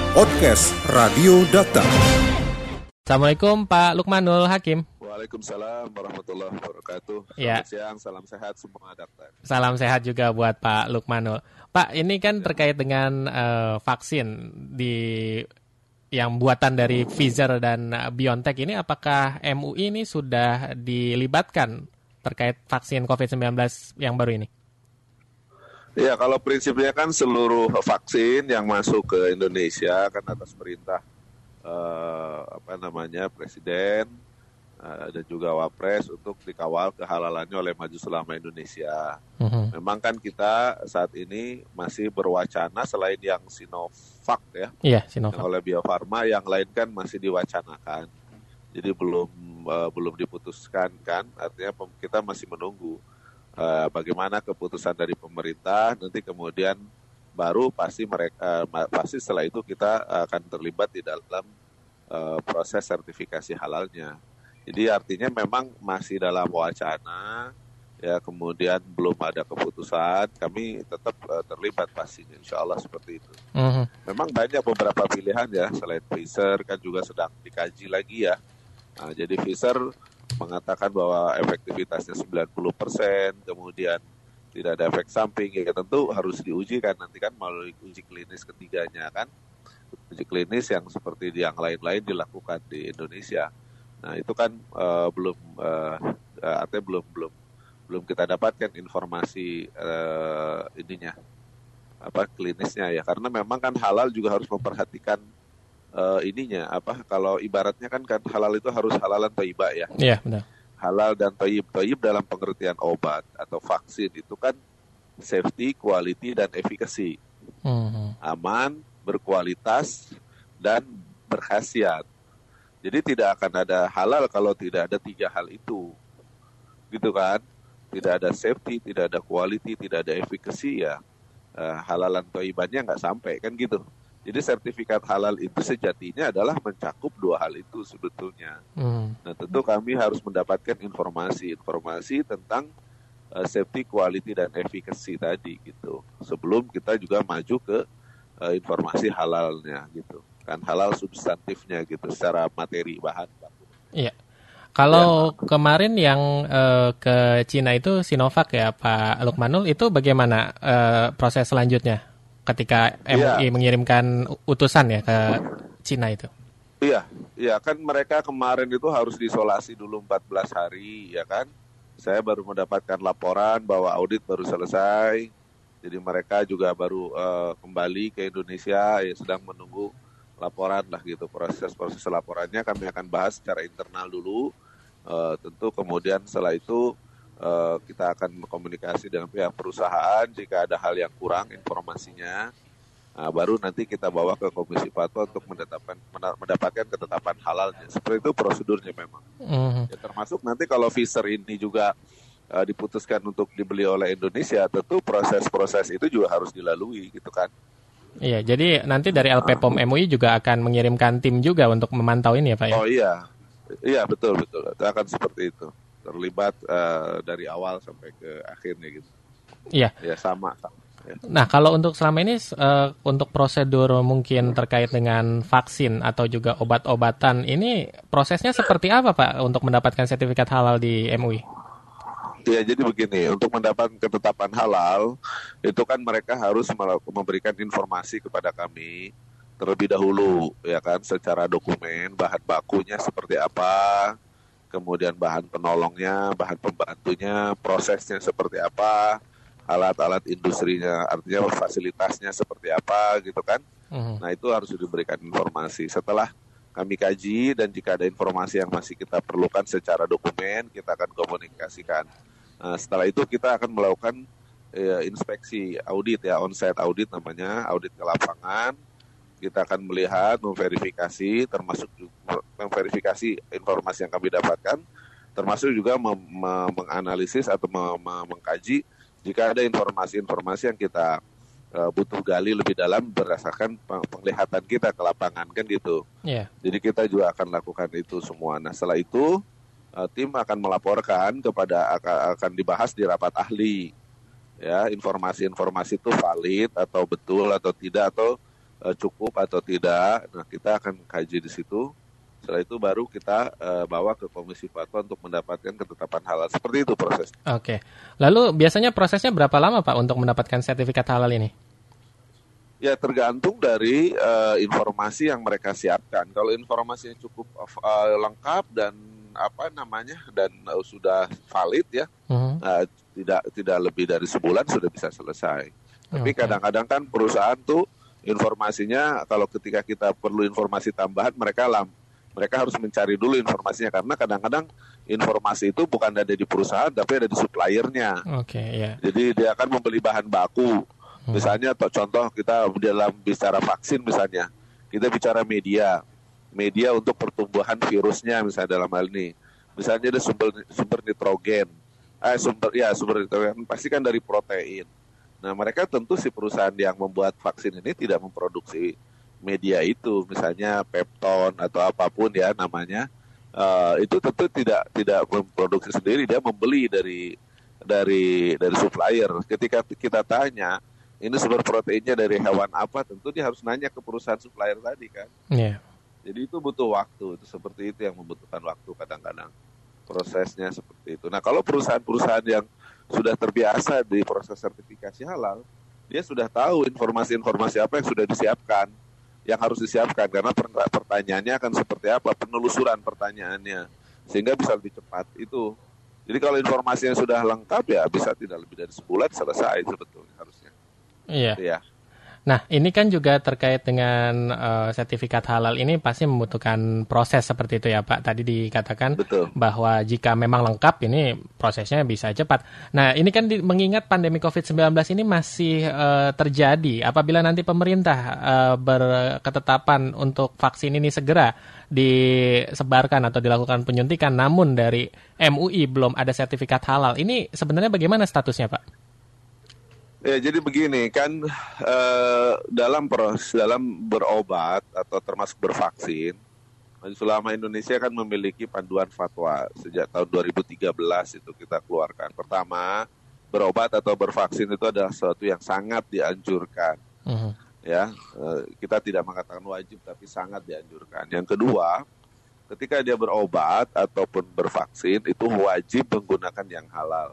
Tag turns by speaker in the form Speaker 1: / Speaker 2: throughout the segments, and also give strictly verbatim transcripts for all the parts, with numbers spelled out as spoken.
Speaker 1: Podcast Radio Data.
Speaker 2: Assalamualaikum Pak Lukmanul Hakim.
Speaker 3: Waalaikumsalam warahmatullahi wabarakatuh. Selamat
Speaker 2: ya.
Speaker 3: siang, salam sehat semua dokter.
Speaker 2: Salam sehat juga buat Pak Lukmanul. Pak, ini kan terkait dengan uh, vaksin di yang buatan dari Pfizer dan BioNTech ini, apakah M U I ini sudah dilibatkan terkait vaksin covid sembilan belas yang baru ini?
Speaker 3: Ya, kalau prinsipnya kan seluruh vaksin yang masuk ke Indonesia kan atas perintah uh, apa namanya Presiden uh, dan juga Wapres untuk dikawal kehalalannya oleh Majelis Ulama Indonesia. Uh-huh. Memang kan kita saat ini masih berwacana selain yang Sinovac ya,
Speaker 2: yeah, Sinovac.
Speaker 3: Yang oleh Bio Farma, yang lain kan masih diwacanakan. Jadi belum uh, belum diputuskan kan, artinya kita masih menunggu uh, bagaimana keputusan dari pemerintah. Nanti kemudian baru pasti mereka uh, pasti setelah itu kita akan terlibat di dalam uh, proses sertifikasi halalnya. Jadi artinya memang masih dalam wacana ya, kemudian belum ada keputusan. Kami tetap uh, terlibat pastinya, insya Allah seperti itu. Uh-huh. Memang banyak beberapa pilihan ya, selain Pfizer kan juga sedang dikaji lagi ya. Nah, jadi Pfizer mengatakan bahwa efektivitasnya sembilan puluh persen, kemudian tidak ada efek samping, ya tentu harus diuji kan nanti kan melalui uji klinis ketiganya kan. Uji klinis yang seperti yang lain-lain dilakukan di Indonesia. Nah, itu kan uh, belum uh, artinya belum belum belum kita dapatkan informasi uh, ininya apa klinisnya ya, karena memang kan halal juga harus memperhatikan Uh, ininya apa, kalau ibaratnya kan kan halal itu harus halalan thayyibah ya.
Speaker 2: Iya, benar.
Speaker 3: Halal dan thayyib. Thayyib dalam pengertian obat atau vaksin itu kan safety, quality dan efficacy. Uh-huh. Aman, berkualitas dan berkhasiat. Jadi tidak akan ada halal kalau tidak ada tiga hal itu. Gitu kan? Tidak ada safety, tidak ada quality, tidak ada efficacy ya. Uh, halalan thayyibahnya nggak sampai kan gitu. Jadi sertifikat halal itu sejatinya adalah mencakup dua hal itu sebetulnya. Hmm. Nah, tentu kami harus mendapatkan informasi-informasi tentang uh, safety, quality, dan efficacy tadi gitu. Sebelum kita juga maju ke uh, informasi halalnya gitu. Kan halal substantifnya gitu secara materi bahan baku.
Speaker 2: Iya. Kalau ya. Kemarin yang uh, ke Cina itu Sinovac ya Pak Lukmanul, itu bagaimana uh, proses selanjutnya ketika M U I ya. mengirimkan utusan ya ke Cina itu?
Speaker 3: Iya, iya kan mereka kemarin itu harus diisolasi dulu empat belas hari ya kan. Saya baru mendapatkan laporan bahwa audit baru selesai. Jadi mereka juga baru uh, kembali ke Indonesia ya, sedang menunggu laporan lah gitu. Proses-proses laporannya kami akan bahas secara internal dulu. Uh, tentu kemudian setelah itu Uh, kita akan berkomunikasi dengan pihak perusahaan jika ada hal yang kurang informasinya, uh, baru nanti kita bawa ke Komisi Fatwa untuk mendapatkan mendapatkan ketetapan halalnya. Seperti itu prosedurnya memang. Uh-huh. Ya, termasuk nanti kalau Pfizer ini juga uh, diputuskan untuk dibeli oleh Indonesia, tentu proses-proses itu juga harus dilalui gitu kan.
Speaker 2: Iya, jadi nanti dari L P P O M M U I juga akan mengirimkan tim juga untuk memantau ini ya Pak ya?
Speaker 3: Oh iya, iya betul betul, itu akan seperti itu. Terlibat uh, dari awal sampai ke akhirnya gitu.
Speaker 2: Iya.
Speaker 3: Ya sama. sama ya.
Speaker 2: Nah kalau untuk selama ini uh, untuk prosedur mungkin terkait dengan vaksin atau juga obat-obatan ini prosesnya seperti apa Pak untuk mendapatkan sertifikat halal di M U I?
Speaker 3: Ya jadi begini, untuk mendapatkan ketetapan halal itu kan mereka harus memberikan informasi kepada kami terlebih dahulu ya kan, secara dokumen bahan bakunya seperti apa. Kemudian bahan penolongnya, bahan pembantunya, prosesnya seperti apa, alat-alat industrinya, artinya fasilitasnya seperti apa gitu kan. Uh-huh. Nah itu harus diberikan informasi. Setelah kami kaji dan jika ada informasi yang masih kita perlukan secara dokumen, kita akan komunikasikan. Nah, setelah itu kita akan melakukan eh, inspeksi audit ya, on-site audit namanya, audit ke lapangan. Kita akan melihat, memverifikasi, termasuk juga memverifikasi informasi yang kami dapatkan, termasuk juga mem- mem- menganalisis atau mem- mem- mengkaji jika ada informasi-informasi yang kita uh, butuh gali lebih dalam berdasarkan penglihatan kita ke lapangan kan gitu. Yeah. Jadi kita juga akan lakukan itu semua. Nah setelah itu uh, tim akan melaporkan kepada akan, akan dibahas di rapat ahli. Ya informasi-informasi itu valid atau betul atau tidak atau uh, cukup atau tidak. Nah, kita akan kaji di situ. Setelah itu baru kita uh, bawa ke Komisi Fatwa untuk mendapatkan ketetapan halal. Seperti itu proses.
Speaker 2: Oke. Lalu biasanya prosesnya berapa lama Pak untuk mendapatkan sertifikat halal ini?
Speaker 3: Ya tergantung dari uh, informasi yang mereka siapkan. Kalau informasinya cukup uh, lengkap dan apa namanya dan uh, sudah valid ya, uh-huh. uh, tidak tidak lebih dari sebulan sudah bisa selesai. Tapi okay. kadang-kadang kan perusahaan tuh informasinya kalau ketika kita perlu informasi tambahan mereka lam, mereka harus mencari dulu informasinya karena kadang-kadang informasi itu bukan ada di perusahaan tapi ada di suppliernya.
Speaker 2: Oke, okay, yeah.
Speaker 3: Jadi dia akan membeli bahan baku. Misalnya atau contoh kita dalam bicara vaksin misalnya, kita bicara media, media untuk pertumbuhan virusnya misalnya dalam hal ini, misalnya ada sumber sumber nitrogen, eh sumber ya sumber nitrogen pasti kan dari protein. Nah mereka tentu si perusahaan yang membuat vaksin ini tidak memproduksi media itu, misalnya pepton atau apapun ya namanya, uh, itu tentu tidak tidak memproduksi sendiri, dia membeli dari dari dari supplier. Ketika kita tanya ini sumber proteinnya dari hewan apa, tentu dia harus nanya ke perusahaan supplier tadi kan.
Speaker 2: Yeah.
Speaker 3: Jadi itu butuh waktu, itu seperti itu yang membutuhkan waktu kadang-kadang. Prosesnya seperti itu. Nah kalau perusahaan-perusahaan yang sudah terbiasa di proses sertifikasi halal, dia sudah tahu informasi-informasi apa yang sudah disiapkan, yang harus disiapkan, karena pertanyaannya akan seperti apa, penelusuran pertanyaannya, sehingga bisa lebih cepat itu. Jadi kalau informasinya sudah lengkap ya bisa tidak lebih dari sebulan selesai sebetulnya harusnya.
Speaker 2: Iya.
Speaker 3: Ya.
Speaker 2: Nah, ini kan juga terkait dengan uh, sertifikat halal ini pasti membutuhkan proses seperti itu ya Pak. Tadi dikatakan Betul. bahwa jika memang lengkap ini prosesnya bisa cepat. Nah, ini kan di, mengingat pandemi covid sembilan belas ini masih uh, terjadi. Apabila nanti pemerintah uh, berketetapan untuk vaksin ini segera disebarkan atau dilakukan penyuntikan, namun dari M U I belum ada sertifikat halal. Ini sebenarnya bagaimana statusnya Pak?
Speaker 3: Ya, jadi begini kan eh, dalam proses dalam berobat atau termasuk bervaksin, Majelis Ulama Indonesia kan memiliki panduan fatwa sejak tahun dua ribu tiga belas itu kita keluarkan. Pertama, berobat atau bervaksin itu adalah sesuatu yang sangat dianjurkan. Uh-huh. Ya, eh, kita tidak mengatakan wajib tapi sangat dianjurkan. Yang kedua, ketika dia berobat ataupun bervaksin itu wajib menggunakan yang halal.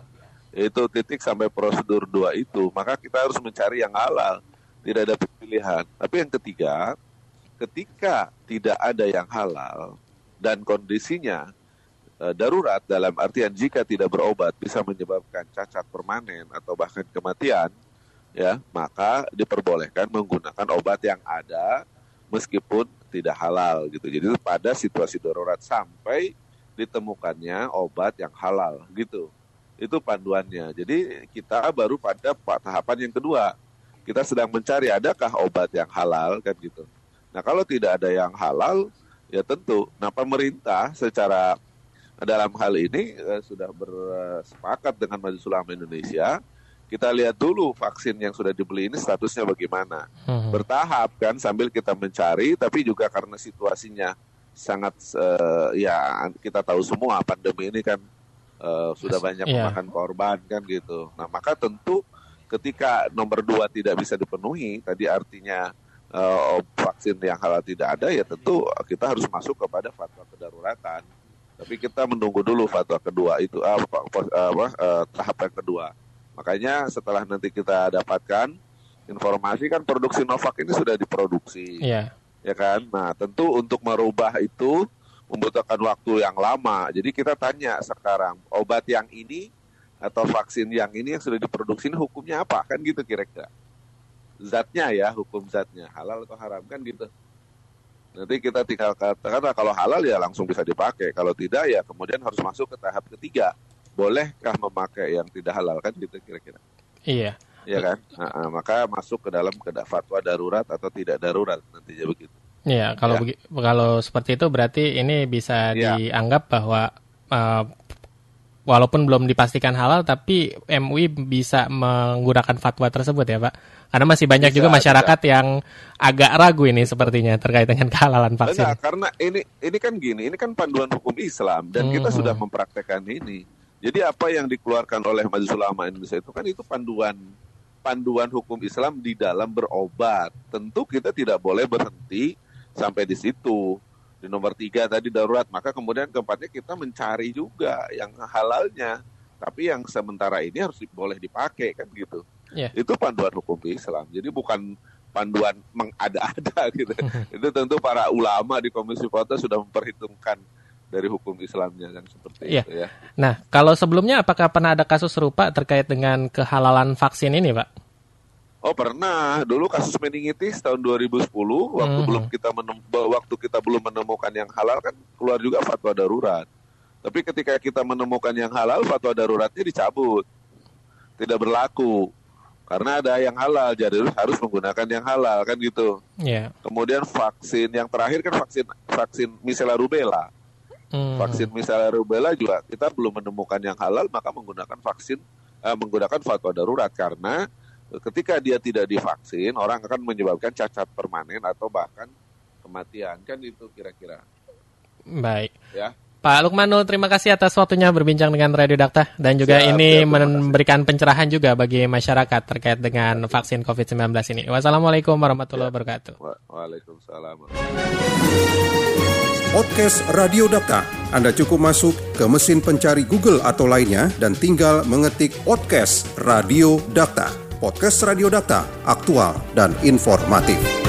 Speaker 3: Itu titik sampai prosedur dua itu, maka kita harus mencari yang halal, tidak ada pilihan. Tapi yang ketiga, ketika tidak ada yang halal dan kondisinya e, darurat dalam artian jika tidak berobat bisa menyebabkan cacat permanen atau bahkan kematian, ya maka diperbolehkan menggunakan obat yang ada meskipun tidak halal gitu. Jadi pada situasi darurat sampai ditemukannya obat yang halal gitu. Itu panduannya. Jadi kita baru pada tahapan yang kedua. Kita sedang mencari adakah obat yang halal kan gitu. Nah kalau tidak ada yang halal, ya tentu. Nah pemerintah secara dalam hal ini eh, sudah bersepakat dengan Majelis Ulama Indonesia. Kita lihat dulu vaksin yang sudah dibeli ini statusnya bagaimana. Hmm. Bertahap kan sambil kita mencari, tapi juga karena situasinya sangat eh, ya kita tahu semua pandemi ini kan Uh, sudah banyak yeah. memakan korban kan gitu. Nah maka tentu ketika nomor dua tidak bisa dipenuhi, tadi artinya uh, vaksin yang halal tidak ada, ya tentu kita harus masuk kepada fatwa kedaruratan. Tapi kita menunggu dulu fatwa kedua itu, uh, uh, uh, uh, tahap yang kedua. Makanya setelah nanti kita dapatkan informasi kan produksi Novak ini sudah diproduksi, yeah. ya kan. Nah tentu untuk merubah itu membutuhkan waktu yang lama. Jadi kita tanya sekarang, obat yang ini atau vaksin yang ini yang sudah diproduksi ini hukumnya apa? Kan gitu kira-kira. Zatnya ya, hukum zatnya. Halal atau haram kan gitu. Nanti kita tinggal katakan kalau halal ya langsung bisa dipakai. Kalau tidak ya kemudian harus masuk ke tahap ketiga. Bolehkah memakai yang tidak halal kan gitu kira-kira.
Speaker 2: Iya.
Speaker 3: Iya kan? Nah, maka masuk ke dalam fatwa darurat atau tidak darurat nantinya begitu.
Speaker 2: Iya, kalau ya. begi, kalau seperti itu berarti ini bisa ya. dianggap bahwa uh, walaupun belum dipastikan halal, tapi M U I bisa menggunakan fatwa tersebut ya Pak? Karena masih banyak bisa, juga masyarakat bisa. yang agak ragu ini sepertinya terkait dengan kehalalan vaksin.
Speaker 3: Enggak, karena ini ini kan gini, ini kan panduan hukum Islam dan hmm. kita sudah mempraktekkan ini. Jadi apa yang dikeluarkan oleh Majelis Ulama Indonesia itu kan itu panduan panduan hukum Islam di dalam berobat. Tentu kita tidak boleh berhenti sampai di situ. Di nomor tiga tadi darurat, maka kemudian keempatnya kita mencari juga yang halalnya. Tapi yang sementara ini harus boleh dipakai kan gitu. Yeah. Itu panduan hukum Islam. Jadi bukan panduan mengada-ada gitu. Itu tentu para ulama di Komisi Fatwa sudah memperhitungkan dari hukum Islamnya kan seperti yeah. itu ya.
Speaker 2: Nah, kalau sebelumnya apakah pernah ada kasus serupa terkait dengan kehalalan vaksin ini, Pak?
Speaker 3: Oh pernah, dulu kasus meningitis tahun dua ribu sepuluh waktu hmm. belum kita menem- waktu kita belum menemukan yang halal kan keluar juga fatwa darurat. Tapi ketika kita menemukan yang halal, fatwa daruratnya dicabut, tidak berlaku karena ada yang halal, jadi harus menggunakan yang halal kan gitu. Yeah. Kemudian vaksin yang terakhir kan vaksin vaksin misela rubella, hmm. vaksin misela rubella juga kita belum menemukan yang halal, maka menggunakan vaksin eh, menggunakan fatwa darurat karena ketika dia tidak divaksin, orang akan menyebabkan cacat permanen atau bahkan kematian. Kan itu kira-kira.
Speaker 2: Baik.
Speaker 3: Ya.
Speaker 2: Pak Lukmanul, terima kasih atas waktunya berbincang dengan Radio Dakta. Dan juga siap, ini siap, memberikan pencerahan juga bagi masyarakat terkait dengan vaksin covid sembilan belas ini. Wassalamualaikum warahmatullahi wabarakatuh.
Speaker 3: Waalaikumsalam.
Speaker 1: Podcast Radio Dakta. Anda cukup masuk ke mesin pencari Google atau lainnya dan tinggal mengetik podcast Radio Dakta. Podcast Radio Dakta, aktual dan informatif.